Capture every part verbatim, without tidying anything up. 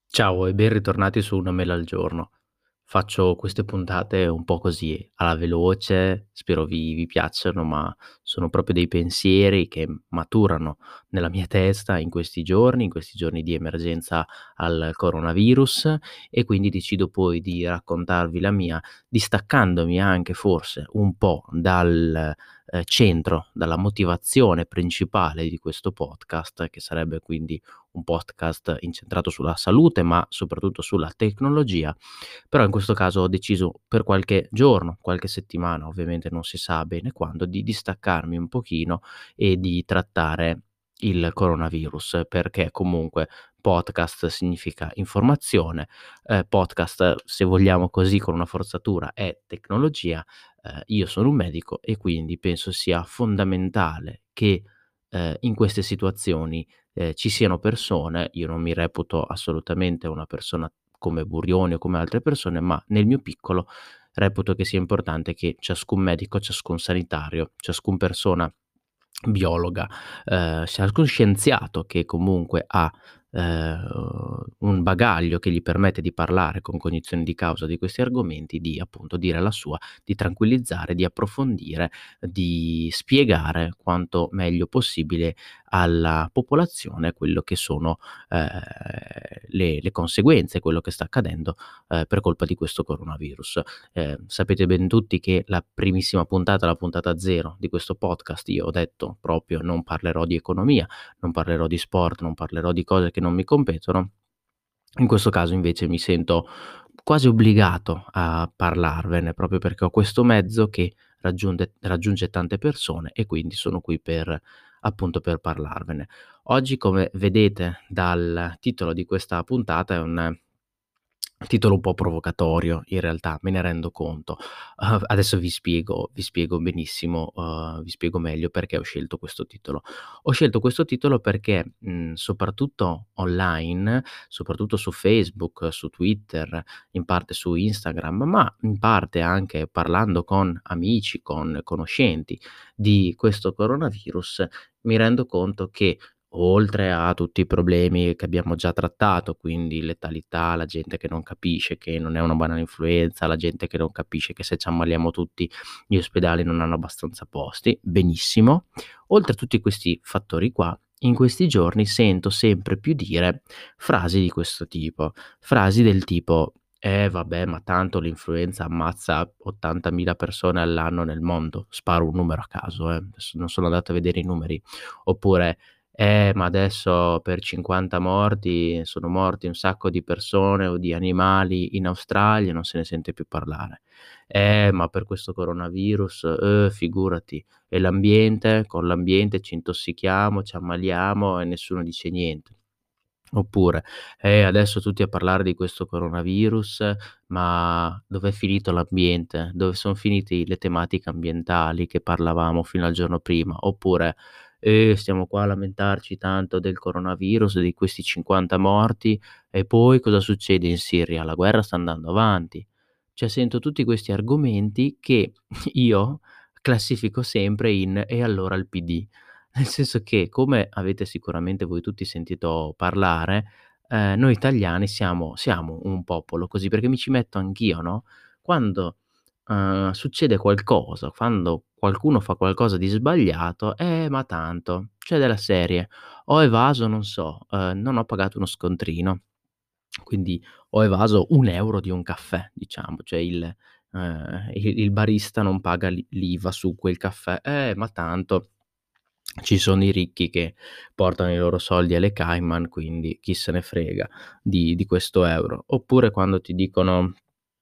Ciao e ben ritornati su Una mela al giorno. Faccio queste puntate un po' così, alla veloce, spero vi vi piacciono, ma sono proprio dei pensieri che maturano nella mia testa in questi giorni, in questi giorni di emergenza al coronavirus, e quindi decido poi di raccontarvi la mia, distaccandomi anche forse un po' dal, ehm, centro, dalla motivazione principale di questo podcast, che sarebbe quindi un podcast incentrato sulla salute, ma soprattutto sulla tecnologia. Però in questo caso ho deciso per qualche giorno, qualche settimana, ovviamente non si sa bene quando, di distaccarmi un pochino e di trattare il coronavirus, perché comunque podcast significa informazione, ehm, podcast, se vogliamo così con una forzatura, è tecnologia. Ehm, io sono un medico e quindi penso sia fondamentale che, ehm, in queste situazioni ehm, ci siano persone. Io non mi reputo assolutamente una persona come Burioni o come altre persone, ma nel mio piccolo reputo che sia importante che ciascun medico, ciascun sanitario, ciascun persona biologa, ehm, ciascun scienziato che comunque ha, ehm, un bagaglio che gli permette di parlare con cognizione di causa di questi argomenti, di appunto dire la sua, di tranquillizzare, di approfondire, di spiegare quanto meglio possibile alla popolazione quello che sono, ehm, le le conseguenze, quello che sta accadendo, ehm, per colpa di questo coronavirus. Ehm, sapete ben tutti che la primissima puntata, la puntata zero di questo podcast, io ho detto proprio: "Non parlerò di economia, non parlerò di sport, non parlerò di cose che non mi competono". In questo caso invece mi sento quasi obbligato a parlarvene, proprio perché ho questo mezzo che raggiunde raggiunge tante persone e quindi sono qui per appunto per parlarvene. Oggi, come vedete dal titolo di questa puntata, è un titolo un po' provocatorio, in realtà, me ne rendo conto. Uhm, adesso vi spiego vi spiego benissimo, uhm, vi spiego meglio perché ho scelto questo titolo. Ho scelto questo titolo perché, mhmm, soprattutto online, soprattutto su Facebook, su Twitter, in parte su Instagram, ma in parte anche parlando con amici, con conoscenti di questo coronavirus, mi rendo conto che oltre a tutti i problemi che abbiamo già trattato, quindi letalità, la gente che non capisce che non è una banale influenza, la gente che non capisce che se ci ammaliamo tutti gli ospedali non hanno abbastanza posti, benissimo. Oltre a tutti questi fattori qua, in questi giorni sento sempre più dire frasi di questo tipo, frasi del tipo: "Eh vabbè, ma tanto l'influenza ammazza ottantamila persone all'anno nel mondo", sparo un numero a caso, eh, adesso non sono andato a vedere i numeri. Oppure: eh, ma adesso per cinquanta morti sono morti un sacco di persone o di animali in Australia e non se ne sente più parlare. Eh, ma per questo coronavirus, eh, figurati. E l'ambiente? Con l'ambiente ci intossichiamo, ci ammaliamo e nessuno dice niente. Oppure: "Eh, adesso tutti a parlare di questo coronavirus, ma dov'è finito l'ambiente? Dove son finiti le tematiche ambientali che parlavamo fino al giorno prima?" Oppure: "Eh, stiamo qua a lamentarci tanto del coronavirus, di questi cinquanta morti, e poi cosa succede in Siria? La guerra sta andando avanti." Cioè sento tutti questi argomenti che io classifico sempre in: "E allora il P D?" Nel senso che, come avete sicuramente voi tutti sentito parlare, ehm, noi italiani siamo siamo un popolo così, perché mi ci metto anch'io, no, quando, uhm, succede qualcosa, quando qualcuno fa qualcosa di sbagliato: "Eh, ma tanto", cioè della serie: "Ho evaso, non so, uhm, non ho pagato uno scontrino, quindi ho evaso un euro di un caffè", diciamo, cioè il ehm, il il barista non paga l'i l'I V A su quel caffè: "Eh, ma tanto ci sono i ricchi che portano i loro soldi alle Cayman, quindi chi se ne frega di di questo euro." Oppure quando ti dicono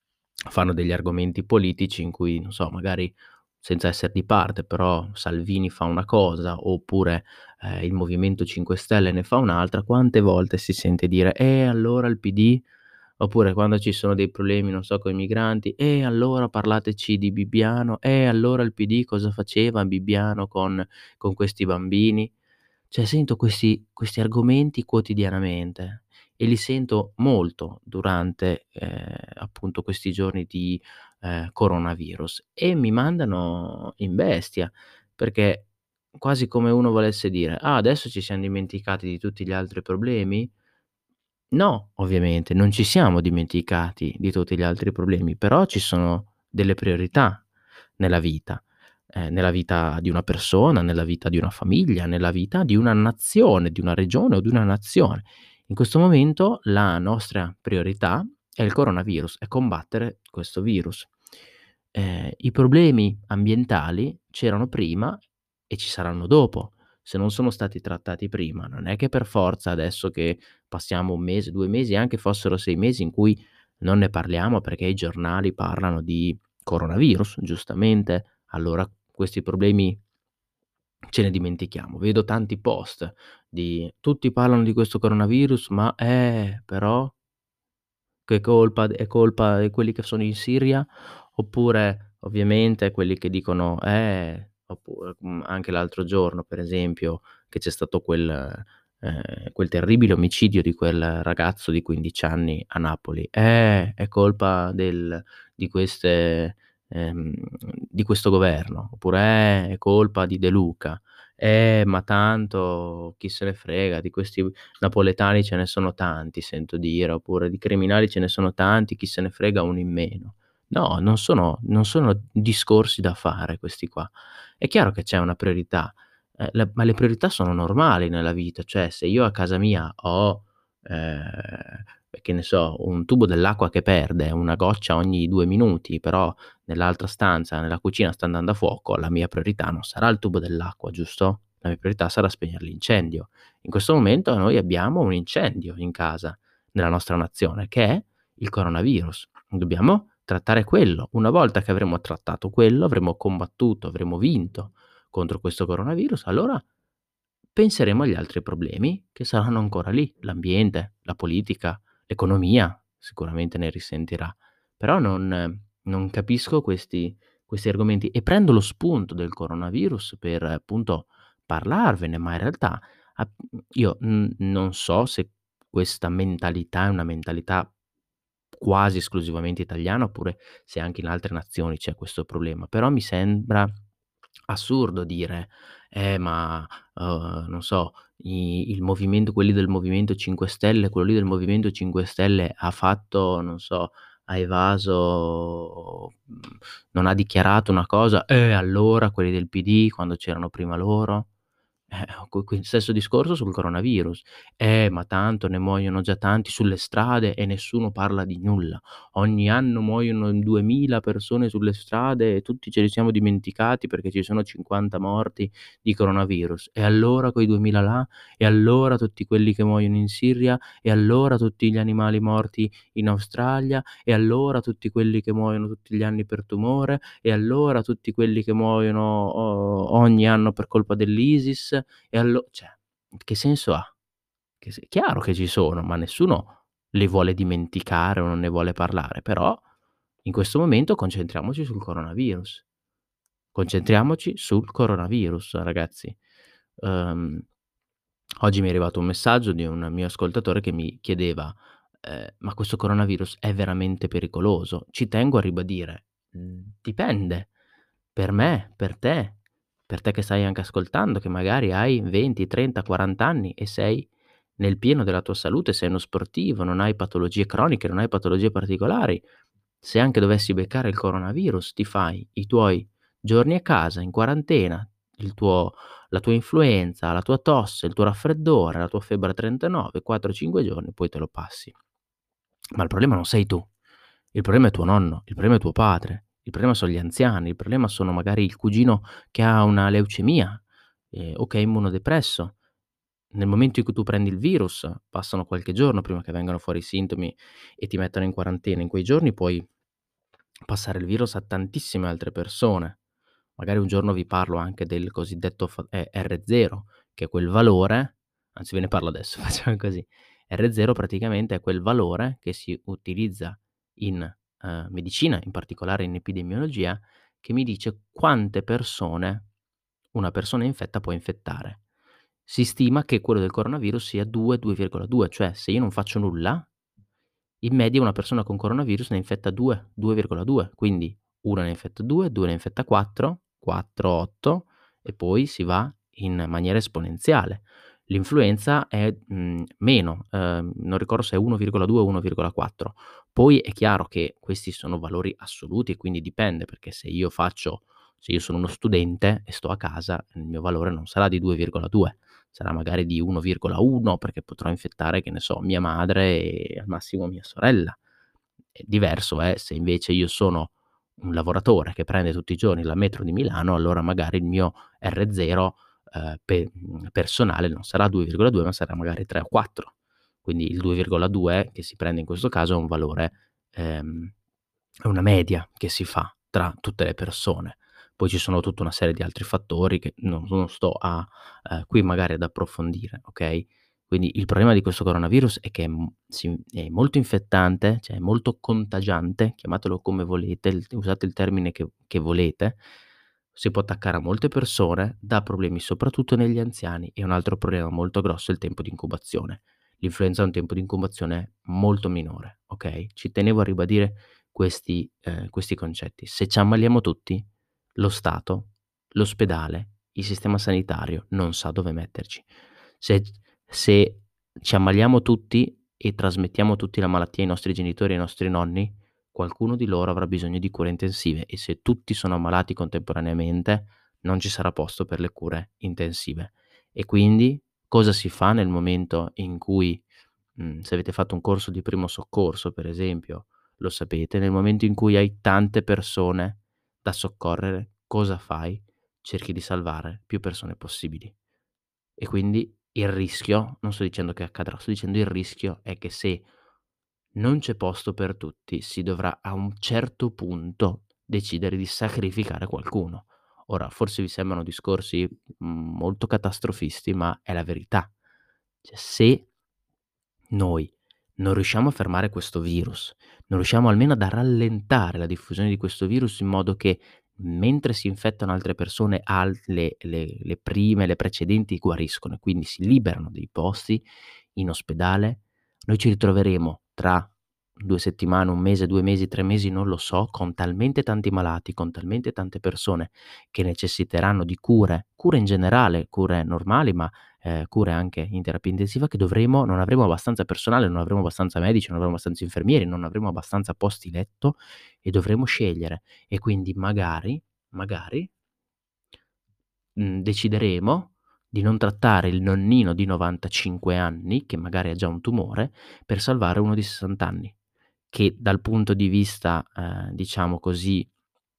fanno degli argomenti politici in cui, non so, magari senza esser di parte, però Salvini fa una cosa, oppure, ehm, il Movimento cinque Stelle ne fa un'altra, quante volte si sente dire: "E allora il P D?" Oppure quando ci sono dei problemi, non so, coi migranti: "E allora parlateci di Bibbiano, e allora il P D cosa faceva Bibbiano con con questi bambini?" Cioè sento questi questi argomenti quotidianamente e li sento molto durante, ehm, appunto questi giorni di, ehm, coronavirus e mi mandano in bestia, perché quasi come uno volesse dire: "Ah, adesso ci siam dimenticati di tutti gli altri problemi?" No, ovviamente, non ci siamo dimenticati di tutti gli altri problemi, però ci sono delle priorità nella vita, ehm, nella vita di una persona, nella vita di una famiglia, nella vita di una nazione, di una regione o di una nazione. In questo momento la nostra priorità è il coronavirus, è combattere questo virus. Ehm, i problemi ambientali c'erano prima e ci saranno dopo. Se non sono stati trattati prima, non è che per forza adesso che passiamo un mese, due mesi, anche fossero sei mesi in cui non ne parliamo perché i giornali parlano di coronavirus, giustamente, allora questi problemi ce ne dimentichiamo. Vedo tanti post di: "Tutti parlano di questo coronavirus, ma eh, però" che colpa d è colpa di quelli che sono in Siria, oppure ovviamente quelli che dicono: "Eh" oppu mhmm, anche l'altro giorno per esempio che c'è stato quel ehm, quel terribile omicidio di quel ragazzo di quindici anni a Napoli. "Eh, è colpa del di queste ehm, di questo governo." Oppure: "Eh, è colpa di De Luca." "Eh, ma tanto chi se ne frega di questi napoletani ce ne sono tanti, sento dire, oppure di criminali ce ne sono tanti, chi se ne frega, uno in meno." No, non sono non sono discorsi da fare questi qua. È chiaro che c'è una priorità, ehm, le ma le priorità sono normali nella vita, cioè se io a casa mia ho, ehm, che ne so, un tubo dell'acqua che perde una goccia ogni due minuti, però nell'altra stanza, nella cucina sta andando a fuoco, la mia priorità non sarà il tubo dell'acqua, giusto? La mia priorità sarà spegnere l'incendio. In questo momento noi abbiamo un incendio in casa, nella nostra nazione, che è il coronavirus. Dobbiamo trattare quello. Una volta che avremo trattato quello, avremo combattuto, avremo vinto contro questo coronavirus, allora penseremo agli altri problemi che saranno ancora lì, l'ambiente, la politica, l'economia sicuramente ne risentirà. Però non non capisco questi questi argomenti e prendo lo spunto del coronavirus per appunto parlarvene, ma in realtà ap io, mhmm, non so se questa mentalità è una mentalità quasi esclusivamente italiana, oppure se anche in altre nazioni c'è questo problema, però mi sembra assurdo dire: "Eh, ma, uhm, non so, i il movimento quelli del Movimento cinque Stelle, quello lì del Movimento cinque Stelle ha fatto non so, ha evaso, mhmm, non ha dichiarato una cosa, eh, allora quelli del P D quando c'erano prima loro?" Eh, co qui stesso discorso sul coronavirus. "Eh, ma tanto ne muoiono già tanti sulle strade e nessuno parla di nulla. Ogni anno muoiono duemila persone sulle strade e tutti ce li siamo dimenticati perché ci sono cinquanta morti di coronavirus. E allora quei duemila là? E allora tutti quelli che muoiono in Siria? E allora tutti gli animali morti in Australia? E allora tutti quelli che muoiono tutti gli anni per tumore? E allora tutti quelli che muoiono o ogni anno per colpa dell'ISIS?" E allo cioè, che senso ha? Che se chiaro che ci sono, ma nessuno le vuole dimenticare o non ne vuole parlare, però in questo momento concentriamoci sul coronavirus. Concentriamoci sul coronavirus ragazzi. Uhm, oggi mi è arrivato un messaggio di un mio ascoltatore che mi chiedeva: ehm: "Ma questo coronavirus è veramente pericoloso?" Ci tengo a ribadire, mhmm, dipende. Per me, per te, per te che stai anche ascoltando, che magari hai venti, trenta, quaranta anni e sei nel pieno della tua salute, sei uno sportivo, non hai patologie croniche, non hai patologie particolari. Se anche dovessi beccare il coronavirus, ti fai i tuoi giorni a casa in quarantena, il tuo la tua influenza, la tua tosse, il tuo raffreddore, la tua febbre a trentanove, quattro, cinque giorni, poi te lo passi. Ma il problema non sei tu, il problema è tuo nonno, il problema è tuo padre, il problema son gli anziani, il problema sono magari il cugino che ha una leucemia, ehm, o che è immunodepresso. Nel momento in cui tu prendi il virus, passano qualche giorno prima che vengano fuori i sintomi e ti mettano in quarantena. In quei giorni puoi passare il virus a tantissime altre persone. Magari un giorno vi parlo anche del cosiddetto fa ehm, R zero, che è quel valore anzi ve ne parlo adesso, facciamo così. R zero praticamente è quel valore che si utilizza in, ehm, medicina, in particolare in epidemiologia, che mi dice quante persone una persona infetta può infettare. Si stima che quello del coronavirus sia due, due virgola due, cioè se io non faccio nulla in media una persona con coronavirus ne infetta due, due virgola due, quindi una ne infetta due, due ne infetta quattro, quattro, otto e poi si va in maniera esponenziale. L'influenza è, mhmm, meno, ehm, non ricordo se è uno virgola due o uno virgola quattro. Poi è chiaro che questi sono valori assoluti e quindi dipende, perché se io faccio se io sono uno studente e sto a casa, il mio valore non sarà di due virgola due, sarà magari di uno virgola uno perché potrò infettare, che ne so, mia madre e al massimo mia sorella. E diverso è se invece io sono un lavoratore che prende tutti i giorni la metro di Milano, allora magari il mio erre zero, ehm, pe mhmm, personale non sarà due virgola due, ma sarà magari tre o quattro. Quindi il due virgola due che si prende in questo caso è un valore, ehm, è una media che si fa tra tutte le persone. Poi ci sono tutta una serie di altri fattori che non non sto a ehm, qui magari ad approfondire, okay? Quindi il problema di questo coronavirus è che è m si è molto infettante, cioè è molto contagiante, chiamatelo come volete, il usate il termine che che volete, si può attaccare a molte persone, dà problemi soprattutto negli anziani e un altro problema molto grosso è il tempo di incubazione. L'influenza ha un tempo di incubazione molto minore, okay? Ci tenevo a ribadire questi ehm, questi concetti. Se ci ammaliamo tutti, lo Stato, l'ospedale, il sistema sanitario non sa dove metterci. Se se ci ammaliamo tutti e trasmettiamo tutti la malattia ai nostri genitori e ai nostri nonni, qualcuno di loro avrà bisogno di cure intensive e se tutti sono ammalati contemporaneamente, non ci sarà posto per le cure intensive. E quindi cosa si fa nel momento in cui mhmm, se avete fatto un corso di primo soccorso, per esempio, lo sapete, nel momento in cui hai tante persone da soccorrere, cosa fai? Cerchi di salvare più persone possibili. E quindi il rischio, non sto dicendo che accadrà, sto dicendo il rischio è che se non c'è posto per tutti, si dovrà a un certo punto decidere di sacrificare qualcuno. Ora, forse vi sembrano discorsi, mhmm, molto catastrofisti, ma è la verità. Cioè, se noi non riusciamo a fermare questo virus, non riusciamo almeno ad a rallentare la diffusione di questo virus in modo che mentre si infettano altre persone al le le le prime, le precedenti guariscono e quindi si liberano dei posti in ospedale, noi ci ritroveremo tra due settimane, un mese, due mesi, tre mesi, non lo so, con talmente tanti malati, con talmente tante persone che necessiteranno di cure, cure in generale, cure normali, ma ehm, cure anche in terapia intensiva che dovremo non avremo abbastanza personale, non avremo abbastanza medici, non avremo abbastanza infermieri, non avremo abbastanza posti letto e dovremo scegliere. E quindi magari, magari, mhmm, decideremo di non trattare il nonnino di novantacinque anni, che magari ha già un tumore, per salvare uno di sessanta anni, che dal punto di vista, ehm, diciamo così,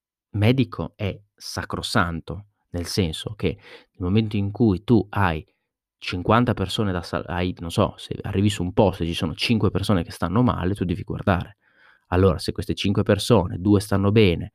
medico è sacrosanto, nel senso che nel momento in cui tu hai cinquanta persone da sal hai non so, se arrivi su un posto e ci sono cinque persone che stanno male, tu devi guardare. Allora se queste cinque persone, due stanno bene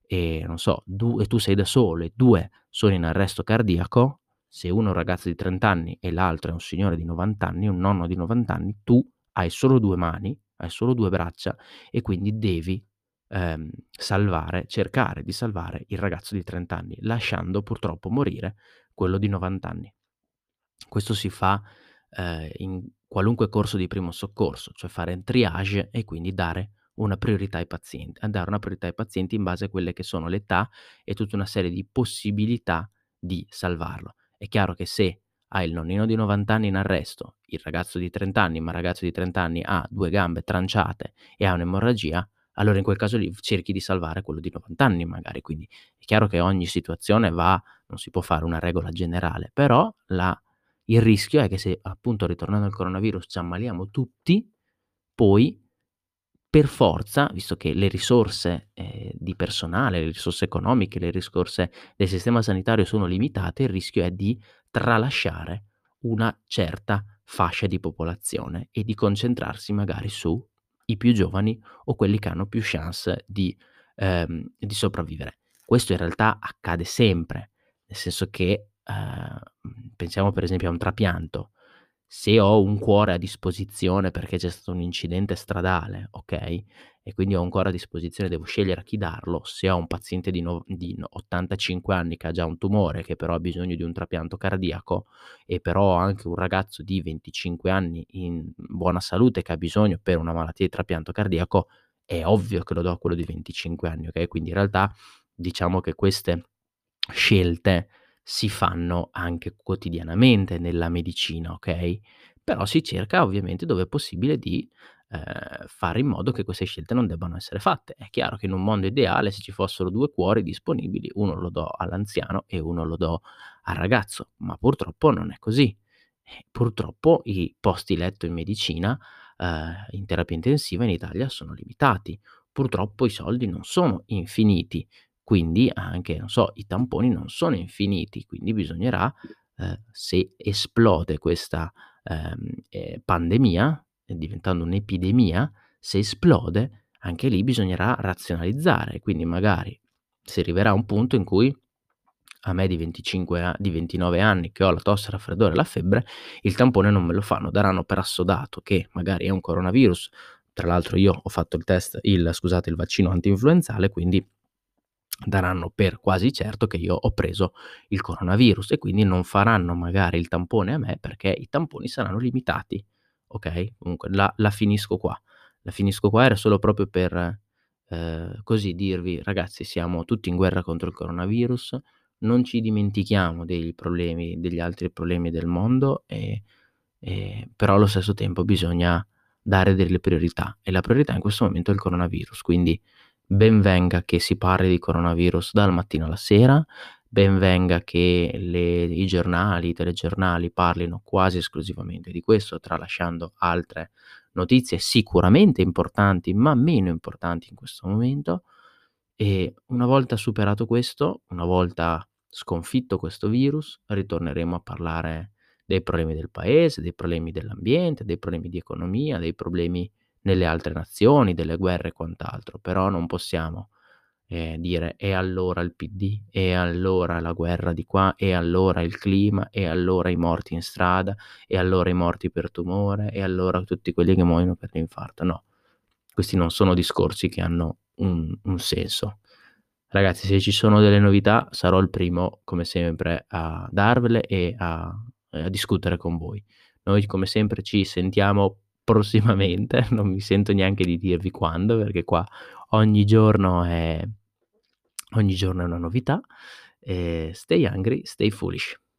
e non so, du e tu sei da solo e due sono in arresto cardiaco, se uno è un ragazzo di trenta anni e l'altro è un signore di novanta anni, un nonno di novanta anni, tu hai solo due mani, hai solo due braccia e quindi devi, ehm, salvare cercare di salvare il ragazzo di trenta anni, lasciando purtroppo morire quello di novanta anni. Questo si fa, ehm, in qualunque corso di primo soccorso, cioè fare un triage e quindi dare una priorità ai pazienti a dare una priorità ai pazienti in base a quelle che sono l'età e tutta una serie di possibilità di salvarlo. È chiaro che se hai il nonnino di novanta anni in arresto, il ragazzo di trenta anni, ma il ragazzo di trenta anni ha due gambe tranciate e ha un'emorragia, allora in quel caso lì cerchi di salvare quello di novanta anni magari. Quindi è chiaro che ogni situazione va non si può fare una regola generale, però la il rischio è che se, appunto, ritornando al coronavirus, ci ammaliamo tutti, poi per forza, visto che le risorse, ehm, di personale, le risorse economiche, le riscorse del sistema sanitario sono limitate, il rischio è di tralasciare una certa fascia di popolazione e di concentrarsi magari su i più giovani o quelli che hanno più chance di ehm, di sopravvivere. Questo in realtà accade sempre, nel senso che, ehm, mhmm, pensiamo per esempio a un trapianto. Se ho un cuore a disposizione perché c'è stato un incidente stradale, okay, e quindi ho un cuore a disposizione, devo scegliere a chi darlo. Se ho un paziente di no di no ottantacinque anni che ha già un tumore, che però ha bisogno di un trapianto cardiaco e però ho anche un ragazzo di venticinque anni in buona salute che ha bisogno per una malattia di trapianto cardiaco, è ovvio che lo do a quello di venticinque anni, okay, quindi in realtà diciamo che queste scelte si fanno anche quotidianamente nella medicina, okay, però si cerca ovviamente dove è possibile di, ehm, fare in modo che queste scelte non debbano essere fatte. È chiaro che in un mondo ideale se ci fossero due cuori disponibili, uno lo do all'anziano e uno lo do al ragazzo, ma purtroppo non è così. Eh, purtroppo i posti letto in medicina, ehm, in terapia intensiva in Italia sono limitati. Purtroppo i soldi non sono infiniti, quindi anche, non so, i tamponi non sono infiniti, quindi bisognerà, ehm, se esplode questa, ehm, ehm, pandemia, eh, diventando un'epidemia, se esplode anche lì bisognerà razionalizzare, quindi magari si arriverà a un punto in cui a me di venticinque a di ventinove anni che ho la tosse, il raffreddore e la febbre, il tampone non me lo fanno, daranno per assodato che magari è un coronavirus. Tra l'altro io ho fatto il test il scusate, il vaccino antinfluenzale, quindi daranno per quasi certo che io ho preso il coronavirus e quindi non faranno magari il tampone a me perché i tamponi saranno limitati, okay? Comunque la la finisco qua. La finisco qua, era solo proprio per, ehm, così dirvi: "Ragazzi siamo tutti in guerra contro il coronavirus, non ci dimentichiamo dei problemi degli altri problemi del mondo, e ehm, però allo stesso tempo bisogna dare delle priorità e la priorità in questo momento è il coronavirus, quindi ben venga che si parli di coronavirus dal mattino alla sera, ben venga che le i giornali, i telegiornali parlino quasi esclusivamente di questo, tralasciando altre notizie sicuramente importanti, ma meno importanti in questo momento. E una volta superato questo, una volta sconfitto questo virus, ritorneremo a parlare dei problemi del paese, dei problemi dell'ambiente, dei problemi di economia, dei problemi nelle altre nazioni, delle guerre e quant'altro, però non possiamo, ehm, dire: "E allora il P D, e allora la guerra di qua, e allora il clima, e allora i morti in strada, e allora i morti per tumore, e allora tutti quelli che muoiono per l'infarto." No, questi non sono discorsi che hanno un un senso. Ragazzi, se ci sono delle novità sarò il primo, come sempre, a darvele e a ehm, a discutere con voi. Noi come sempre ci sentiamo prossimamente, non mi sento neanche di dirvi quando, perché qua ogni giorno è ogni giorno è una novità. Ehm, stay hungry, stay foolish.